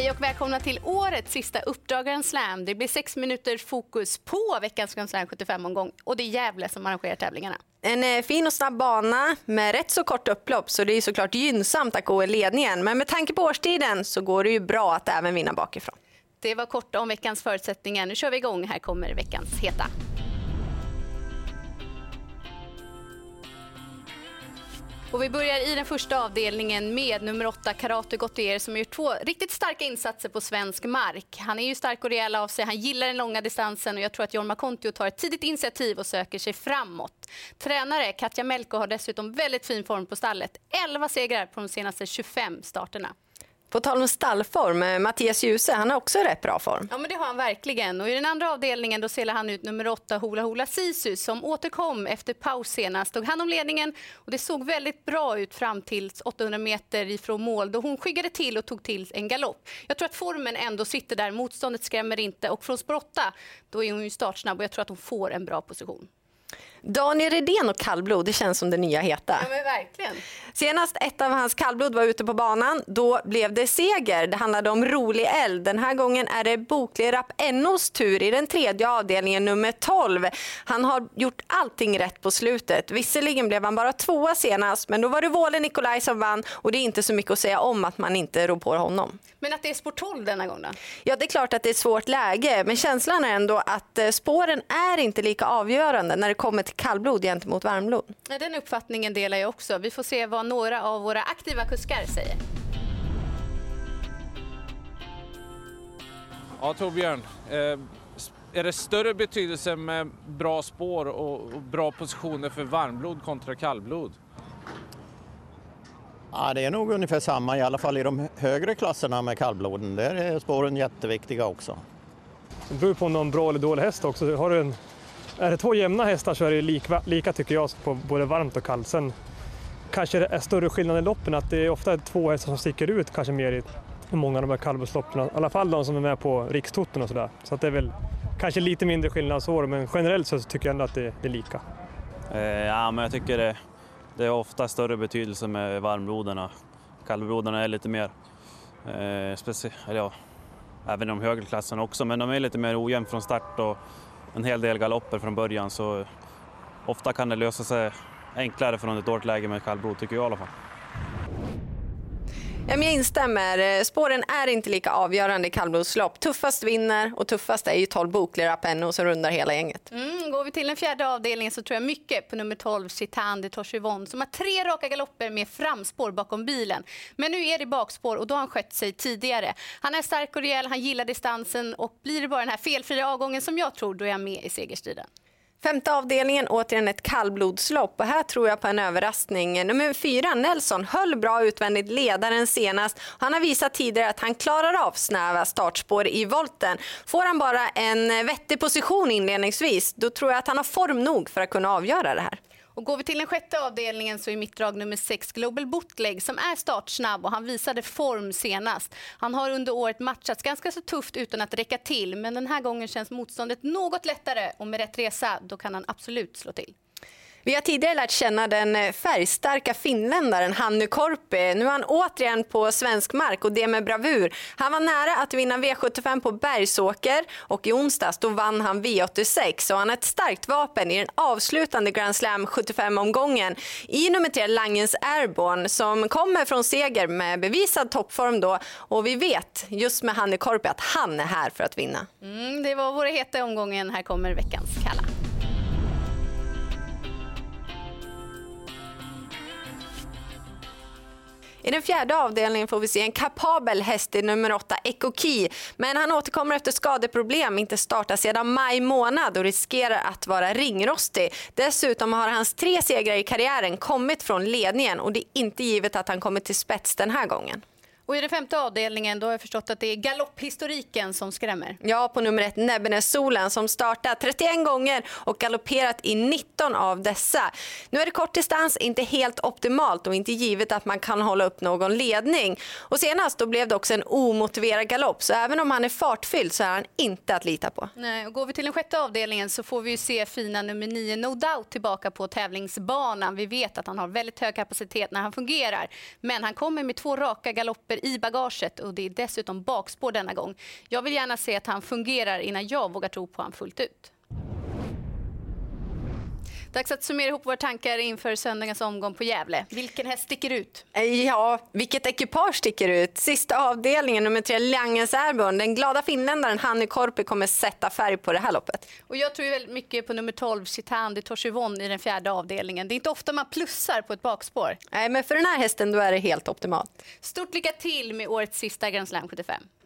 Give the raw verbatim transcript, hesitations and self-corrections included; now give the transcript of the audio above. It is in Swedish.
Hej och välkomna till årets sista Uppdrag Grand Slam. Det blir sex minuter fokus på veckans Grand Slam sjuttiofem-omgång och det är Gävle som arrangerar tävlingarna. En fin och snabb bana med rätt så kort upplopp, så det är såklart gynnsamt att gå i ledningen. Men med tanke på årstiden så går det ju bra att även vinna bakifrån. Det var kort om veckans förutsättningar. Nu kör vi igång. Här kommer veckans heta. Och vi börjar i den första avdelningen med nummer åtta Karate Gautier som gjort två riktigt starka insatser på svensk mark. Han är ju stark och rejäl av sig, han gillar den långa distansen och jag tror att Jorma Kontio tar ett tidigt initiativ och söker sig framåt. Tränare Katja Melko har dessutom väldigt fin form på stallet. elva segrar på de senaste tjugofem starterna. På tal om stallform, Mattias Djuse, han har också rätt bra form. Ja, men det har han verkligen. Och i den andra avdelningen då ser han ut nummer åtta Hula Hula Sisu som återkom efter paus senast. Tog hand om ledningen och det såg väldigt bra ut fram till åttahundra meter ifrån mål då hon skyggade till och tog till en galopp. Jag tror att formen ändå sitter där, motståndet skrämmer inte och från spår åtta då är hon ju startsnabb och jag tror att hon får en bra position. Daniel Redén och kallblod, det känns som det nya heta. Ja, men verkligen. Senast ett av hans kallblod var ute på banan, då blev det seger. Det handlade om rolig eld. Den här gången är det Boklerap Ennos tur i den tredje avdelningen nummer tolv. Han har gjort allting rätt på slutet. Visserligen blev han bara tvåa senast, men då var det Våle Nikolaj som vann och det är inte så mycket att säga om att man inte rår på honom. Men att det är spår tolv denna gång då? Ja, det är klart att det är ett svårt läge, men känslan är ändå att spåren är inte lika avgörande när det kommer till kallblod gentemot varmblod. Den uppfattningen delar jag också. Vi får se vad några av våra aktiva kuskar säger. Ja, Torbjörn. Eh, är det större betydelse med bra spår och bra positioner för varmblod kontra kallblod? Ja, det är nog ungefär samma, i alla fall i de högre klasserna med kallbloden. Där är spåren jätteviktiga också. Det beror på om någon bra eller dålig häst också. Har du en, är det två jämna hästar så är det lika, lika tycker jag på både varmt och kallt. Sen kanske det är större skillnad i loppen att det är ofta två hästar som sticker ut kanske mer i många av de här kallblodsloppen. I alla fall de som är med på rikstoten och sådär. Så att det är väl kanske lite mindre skillnad så, men generellt så tycker jag ändå att det är lika. Eh, ja, men jag tycker det, det är ofta större betydelse med varmblodarna. Kallblodarna är lite mer, eh, speciellt, ja, även de högre klasserna också, men de är lite mer ojämn från start och en hel del galopper från början, så ofta kan det lösa sig enklare från ett dåligt läge med kallblod tycker jag i alla fall. Ja, men jag instämmer. Spåren är inte lika avgörande i kallblodslopp. Tuffast vinner och tuffast är ju tolv Boklerap Ennos som rundar hela gänget. Mm, går vi till den fjärde avdelningen så tror jag mycket på nummer tolv Citan de Torchevon som har tre raka galopper med framspår bakom bilen. Men nu är det bakspår och då har han skött sig tidigare. Han är stark och rejäl, han gillar distansen och blir det bara den här felfria avgången som jag tror då är jag med i segerstriden. Femte avdelningen, återigen ett kallblodslopp och här tror jag på en överraskning. Nummer fyra, Nelson, höll bra utvändigt ledaren senast. Han har visat tidigare att han klarar av snäva startspår i volten. Får han bara en vettig position inledningsvis, då tror jag att han har form nog för att kunna avgöra det här. Och går vi till den sjätte avdelningen så är mitt drag nummer sex Global Bootleg som är startsnabb och han visade form senast. Han har under året matchats ganska så tufft utan att räcka till, men den här gången känns motståndet något lättare och med rätt resa då kan han absolut slå till. Vi har tidigare lärt känna den färgstarka finländaren Hannu Korpi. Nu är han återigen på svensk mark och det med bravur. Han var nära att vinna V sjuttiofem på Bergsåker och i onsdags då vann han V åttiosex. Och han har ett starkt vapen i den avslutande Grand Slam sjuttiofem-omgången i nummer tre Langens Airborne som kommer från seger med bevisad toppform då. Och vi vet just med Hannu Korpi att han är här för att vinna. Mm, det var våra heta omgången. Här kommer veckans kalla. I den fjärde avdelningen får vi se en kapabel häst i nummer åtta Echo Key. Men han återkommer efter skadeproblem, inte startar sedan maj månad och riskerar att vara ringrostig. Dessutom har hans tre segrar i karriären kommit från ledningen och det är inte givet att han kommer till spets den här gången. Och i den femte avdelningen då har jag förstått att det är galopphistoriken som skrämmer. Ja, på nummer ett Nebbenes Solen som startat trettioen gånger och galopperat i nitton av dessa. Nu är det kort distans, inte helt optimalt och inte givet att man kan hålla upp någon ledning. Och senast då blev det också en omotiverad galopp, så även om han är fartfylld så är han inte att lita på. Nej, och går vi till den sjätte avdelningen så får vi ju se fina nummer nio No Doubt tillbaka på tävlingsbanan. Vi vet att han har väldigt hög kapacitet när han fungerar, men han kommer med två raka galopper hjälper i bagaget och det är dessutom bakspår denna gång. Jag vill gärna se att han fungerar innan jag vågar tro på han fullt ut. Dags att summera ihop våra tankar inför söndagens omgång på Gävle. Vilken häst sticker ut? Ja, vilket ekipage sticker ut? Sista avdelningen, nummer tre, Langens Airborne. Den glada finländaren Hannu Korpi kommer sätta färg på det här loppet. Och jag tror väldigt mycket på nummer tolv, Citan de Torchevon i den fjärde avdelningen. Det är inte ofta man plussar på ett bakspår. Nej, men för den här hästen då är det helt optimalt. Stort lycka till med årets sista Grand Slam sjuttiofem.